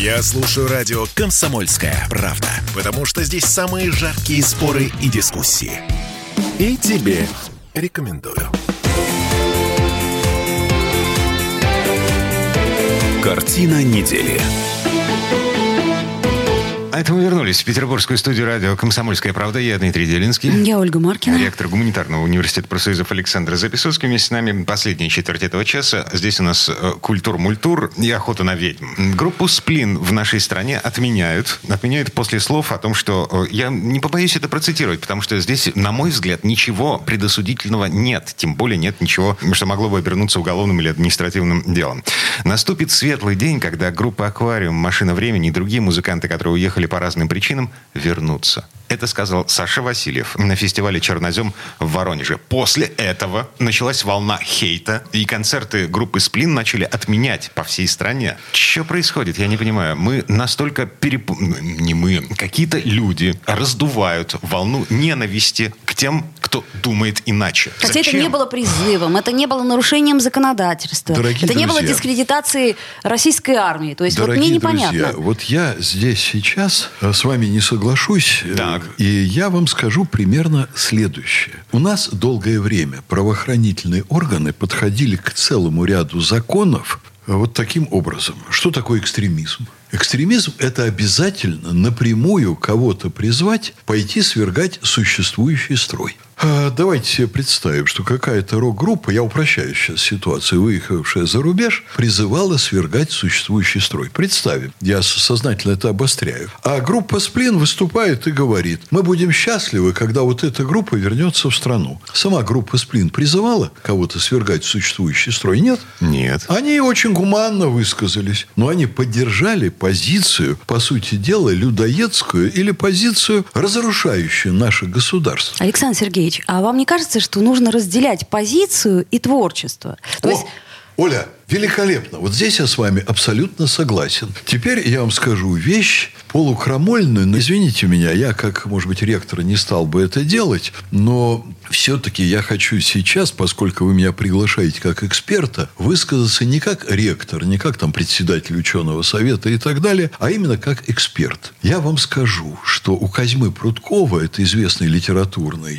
Я слушаю радио «Комсомольская правда», потому что здесь самые жаркие споры и дискуссии. И тебе рекомендую. Картина недели. А это мы вернулись в петербургскую студию радио «Комсомольская правда». Я Дмитрий Делинский. Я Ольга Маркина. Ректор гуманитарного университета профсоюзов Александр Записоцкий. Вместе с нами последняя четверть этого часа. Здесь у нас культур-мультур и охота на ведьм. Группу «Сплин» в нашей стране отменяют. Отменяют после слов о том, что... Я не побоюсь это процитировать, потому что здесь, на мой взгляд, ничего предосудительного нет. Тем более нет ничего, что могло бы обернуться уголовным или административным делом. Наступит светлый день, когда группа «Аквариум», «Машина времени» и другие музыканты, которые уехали по разным причинам, вернутся. Это сказал Саша Васильев на фестивале «Чернозем» в Воронеже. После этого началась волна хейта, и концерты группы «Сплин» начали отменять по всей стране. Что происходит? Я не понимаю. Мы настолько Не мы. Какие-то люди раздувают волну ненависти к тем, кто думает иначе. Хотя Зачем? это не было призывом, это не было нарушением законодательства. Дорогие это не было друзья, дискредитацией российской армии. То есть вот мне дорогие непонятно. друзья, вот я здесь сейчас с вами не соглашусь. Так. И я вам скажу примерно следующее. У нас долгое время правоохранительные органы подходили к целому ряду законов вот таким образом. Что такое экстремизм? Экстремизм – это обязательно напрямую кого-то призвать пойти свергать существующий строй. Давайте себе представим, что какая-то рок-группа, я упрощаю сейчас ситуацию, выехавшая за рубеж, призывала свергать существующий строй. Представим, я сознательно это обостряю. А группа «Сплин» выступает и говорит: мы будем счастливы, когда вот эта группа вернется в страну. Сама группа «Сплин» призывала кого-то свергать существующий строй? Нет? Нет. Они очень гуманно высказались, но они поддержали позицию, по сути дела, людоедскую или позицию, разрушающую наше государство. Александр Сергеевич, а вам не кажется, что нужно разделять позицию и творчество? То есть... Оля, великолепно. Вот здесь я с вами абсолютно согласен. Теперь я вам скажу вещь полукрамольную. Но извините меня, я, как, может быть, ректор, не стал бы это делать. Но все-таки я хочу сейчас, поскольку вы меня приглашаете как эксперта, высказаться не как ректор, не как там председатель ученого совета и так далее, а именно как эксперт. Я вам скажу, что у Козьмы Прудкова, это известный литературный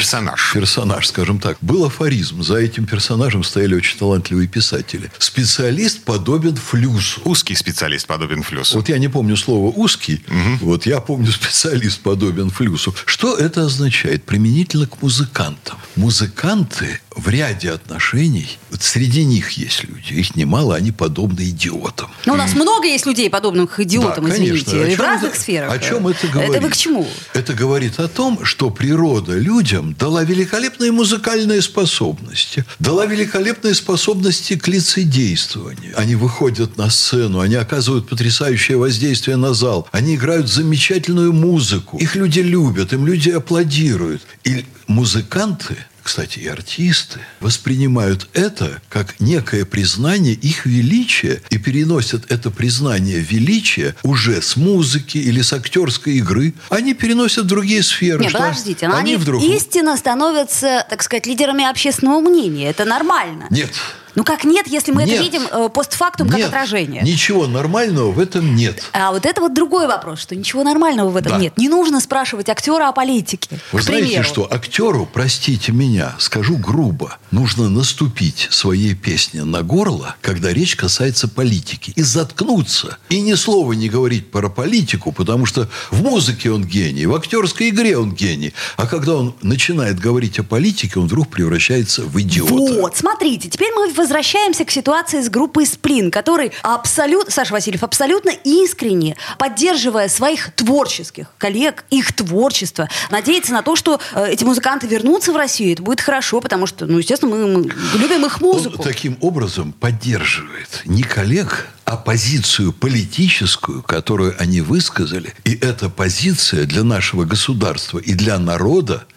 персонаж, скажем так, был афоризм. За этим персонажем стояли очень талантливые писатели. Специалист подобен флюсу. Узкий специалист подобен флюсу. Вот я не помню слово «узкий», вот я помню специалист подобен флюсу. Что это означает применительно к музыкантам? Музыканты в ряде отношений, вот среди них есть люди, их немало, они подобны идиотам. Ну, у нас много есть людей, подобных идиотам, Да, извините, конечно. и в разных сферах. О чем это говорит? Это вы к чему? Это говорит о том, что природа людям дала великолепные музыкальные способности, дала великолепные способности к лицедействованию. Они выходят на сцену, они оказывают потрясающее воздействие на зал, они играют замечательную музыку, их люди любят, им люди аплодируют. И музыканты, кстати, и артисты, воспринимают это как некое признание их величия и переносят это признание величия уже с музыки или с актерской игры. Они переносят в другие сферы. Нет, подождите, но они истинно становятся, так сказать, лидерами общественного мнения. Это нормально. Нет. Ну как нет, если мы это видим постфактум как отражение? Ничего нормального в этом нет. А вот это вот другой вопрос, что ничего нормального в этом нет. Не нужно спрашивать актера о политике. Вы знаете, что актеру, простите меня, скажу грубо, нужно наступить своей песне на горло, когда речь касается политики, и заткнуться, и ни слова не говорить про политику, потому что в музыке он гений, в актерской игре он гений, а когда он начинает говорить о политике, он вдруг превращается в идиота. Вот, смотрите, теперь мы возвращаемся к ситуации с группой «Сплин», который Саша Васильев абсолютно искренне, поддерживая своих творческих коллег, их творчество, надеется на то, что эти музыканты вернутся в Россию. Это будет хорошо, потому что, естественно, мы любим их музыку. Он таким образом поддерживает не коллег, а позицию политическую, которую они высказали. И эта позиция для нашего государства и для народа,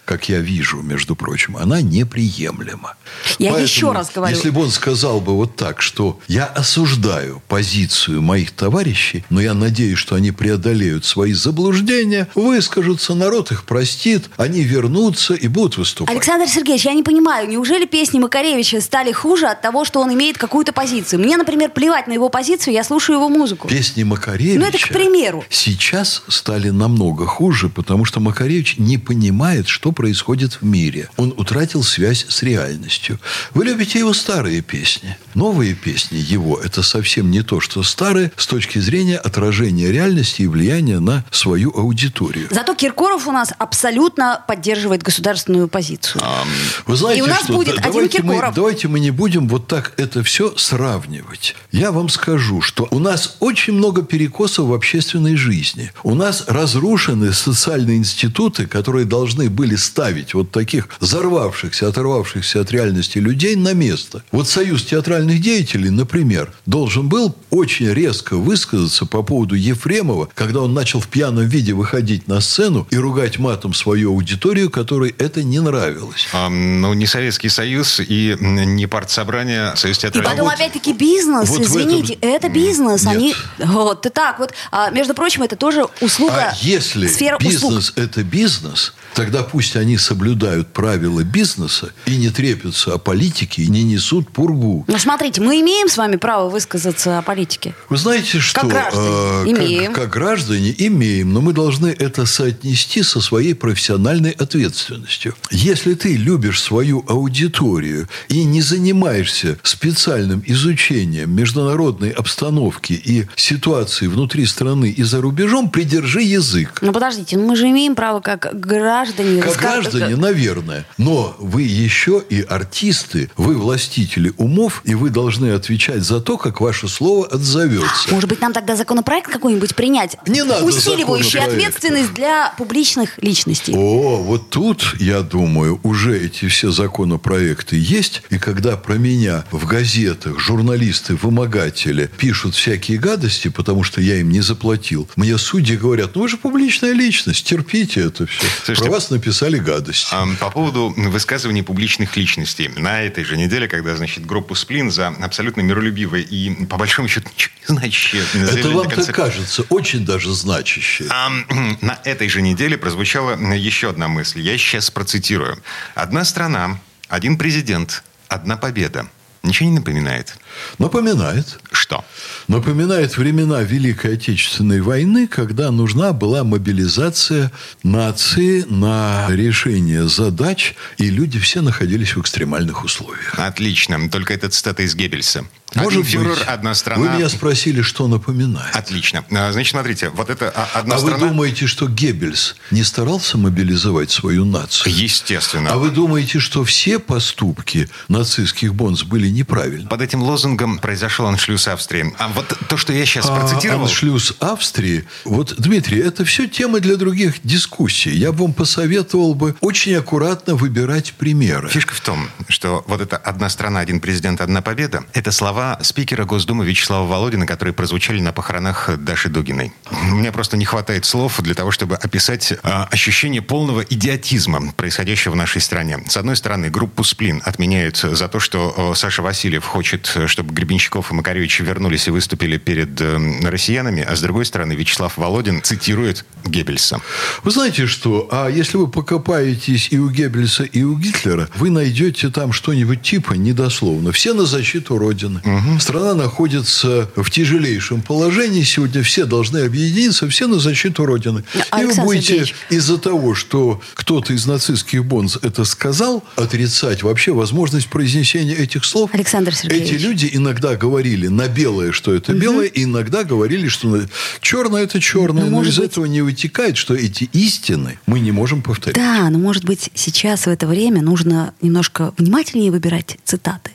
как я вижу, между прочим, она неприемлема. Я Поэтому, еще раз говорю. если бы он сказал бы вот так, что я осуждаю позицию моих товарищей, но я надеюсь, что они преодолеют свои заблуждения, выскажутся, народ их простит, они вернутся и будут выступать. Александр Сергеевич, я не понимаю, неужели песни Макаревича стали хуже от того, что он имеет какую-то позицию? Мне, например, плевать на его позицию, я слушаю его музыку. Песни Макаревича Ну, это к примеру. сейчас стали намного хуже, потому что Макаревич не понимает, что происходит в мире. Он утратил связь с реальностью. Вы любите его старые песни. Новые песни его – это совсем не то, что старые с точки зрения отражения реальности и влияния на свою аудиторию. Зато Киркоров у нас абсолютно поддерживает государственную позицию. Вы знаете, И у нас что? будет один Давайте Киркоров. давайте мы не будем вот так это все сравнивать. Я вам скажу, что у нас очень много перекосов в общественной жизни. У нас разрушены социальные институты, которые должны были ставить вот таких взорвавшихся, оторвавшихся от реальности людей на место. Вот Союз театральных деятелей, например, должен был очень резко высказаться по поводу Ефремова, когда он начал в пьяном виде выходить на сцену и ругать матом свою аудиторию, которой это не нравилось. Ну, не Советский Союз и не партсобрание, Союз И театральных... потом, опять-таки, бизнес, вот в извините, это бизнес. Нет. Они... Вот, и так вот. Между прочим, это тоже услуга, А если сфера услуг. бизнес – это бизнес, тогда пусть они соблюдают правила бизнеса и не трепятся о политике, и не несут пургу. Ну, смотрите, мы имеем с вами право высказаться о политике. Вы знаете, что... Как граждане имеем. Как граждане имеем, но мы должны это соотнести со своей профессиональной ответственностью. Если ты любишь свою аудиторию и не занимаешься специальным изучением международной обстановки и ситуации внутри страны и за рубежом, придержи язык. Ну, подождите, мы же имеем право как граждане... Как граждане, наверное. Но вы еще и артисты, вы властители умов, и вы должны отвечать за то, как ваше слово отзовется. Может быть, нам тогда законопроект какой-нибудь принять, Не надо усиливающий законопроекта. ответственность для публичных личностей? О, вот тут, я думаю, уже эти все законопроекты есть. И когда про меня в газетах журналисты-вымогатели пишут всякие гадости, потому что я им не заплатил, мне судьи говорят, ну вы же публичная личность, терпите это все. Слушайте, про вас написали гадости. По поводу высказываний публичных личностей. На этой же неделе, когда, значит, группу «Сплин» за абсолютно миролюбивое и, по большому счету, ничего не значащее... Это вам так кажется, очень даже значащее. На этой же неделе прозвучала еще одна мысль. Я сейчас процитирую. «Одна страна, один президент, одна победа». Ничего не напоминает? Напоминает. Что? Напоминает времена Великой Отечественной войны, когда нужна была мобилизация нации на решение задач, и люди все находились в экстремальных условиях. Отлично. Только это цитата из Геббельса. Может Один фюрер, быть. одна страна. Вы меня спросили, что напоминает. Отлично. Значит, смотрите, вот это одна А страна... вы думаете, что Геббельс не старался мобилизовать свою нацию? Естественно. А вы думаете, что все поступки нацистских бонз были неправильны? Под этим лозунгом произошел аншлюз Австрии. А вот то, что я сейчас процитировал... Аншлюз Австрии. Вот, Дмитрий, это все темы для других дискуссий. Я бы вам посоветовал бы очень аккуратно выбирать примеры. Фишка в том, что вот это «одна страна, один президент, одна победа» — это слова спикера Госдумы Вячеслава Володина, которые прозвучали на похоронах Даши Дугиной. Мне просто не хватает слов для того, чтобы описать ощущение полного идиотизма, происходящего в нашей стране. С одной стороны, группу «Сплин» отменяют за то, что Саша Васильев хочет, чтобы Гребенщиков и Макаревич вернулись и выступили перед россиянами, а с другой стороны, Вячеслав Володин цитирует Геббельса. Вы знаете что? А если вы покопаетесь и у Геббельса, и у Гитлера, вы найдете там что-нибудь типа недословно. Все на защиту Родины. Страна находится в тяжелейшем положении. Сегодня все должны объединиться, все на защиту Родины. И вы будете из-за того, что кто-то из нацистских бонз это сказал, отрицать вообще возможность произнесения этих слов. Александр Сергеевич. Эти люди иногда говорили на белое, что это белое, и иногда говорили, что черное это черное. Но из этого не вытекает, что эти истины мы не можем повторить. Да, но может быть сейчас в это время нужно немножко внимательнее выбирать цитаты.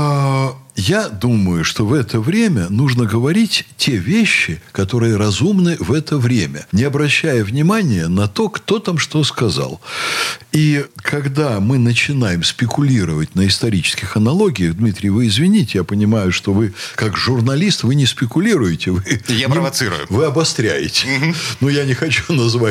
Я думаю, что в это время нужно говорить те вещи, которые разумны в это время, не обращая внимания на то, кто там что сказал. И когда мы начинаем спекулировать на исторических аналогиях, Дмитрий, вы извините, я понимаю, что вы, как журналист, вы не спекулируете. Я провоцирую. Вы обостряете. Но я не хочу назвать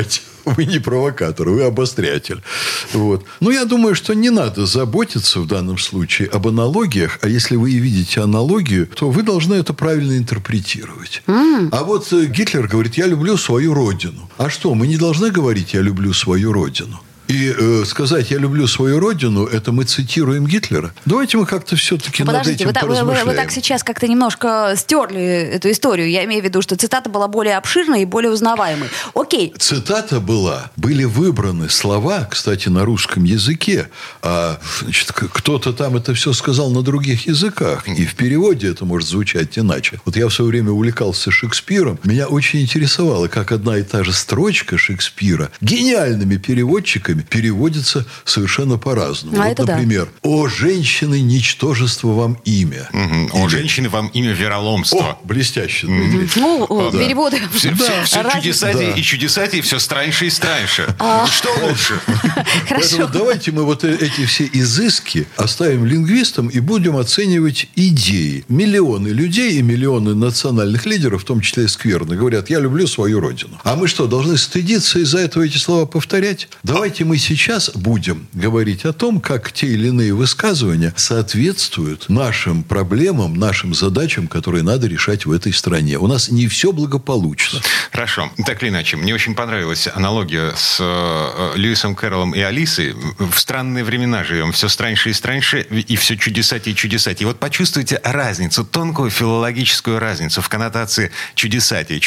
Вы не провокатор, вы обострятель. Вот. Но я думаю, что не надо заботиться в данном случае об аналогиях, а если вы видите аналогию, то вы должны это правильно интерпретировать. А вот Гитлер говорит: я люблю свою родину. А что, мы не должны говорить: я люблю свою родину? И сказать «я люблю свою родину» – это мы цитируем Гитлера. Давайте мы как-то все-таки над этим поразмышляем. Вы так сейчас как-то немножко стерли эту историю. Я имею в виду, что цитата была более обширной и более узнаваемой. Окей. Цитата была. Были выбраны слова, кстати, на русском языке. А значит, кто-то там это все сказал на других языках. И в переводе это может звучать иначе. Вот я в свое время увлекался Шекспиром. Меня очень интересовало, как одна и та же строчка Шекспира гениальными переводчиками переводится совершенно по-разному. А вот, это например, «О, женщины, ничтожество вам имя». «О, женщины, вам имя вероломство». О, блестяще, Дмитрий. Переводы. Все чудесатее и чудесатее, все страньше и страньше. Что лучше? Поэтому давайте мы вот эти все изыски оставим лингвистам и будем оценивать идеи. Миллионы людей и миллионы национальных лидеров, в том числе и скверно, говорят: я люблю свою родину. А мы что, должны стыдиться из-за этого эти слова повторять? Давайте мы сейчас будем говорить о том, как те или иные высказывания соответствуют нашим проблемам, нашим задачам, которые надо решать в этой стране. У нас не все благополучно. Хорошо. Так или иначе, мне очень понравилась аналогия с Льюисом Кэрроллом и Алисой. В странные времена живем. Все страньше и страньше, и все чудесатее и чудесатее. И вот почувствуйте разницу, тонкую филологическую разницу в коннотации чудесатее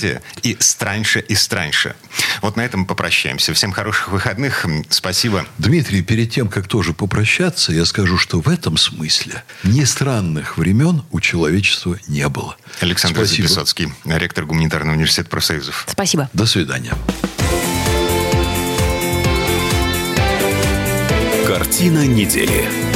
и страньше и страньше. Вот на этом попрощаемся. Всем хороших выходных. Спасибо. Дмитрий, перед тем, как тоже попрощаться, я скажу, что в этом смысле ни странных времен у человечества не было. Александр Записоцкий, ректор Гуманитарного университета профсоюзов. Спасибо. До свидания. Картина недели.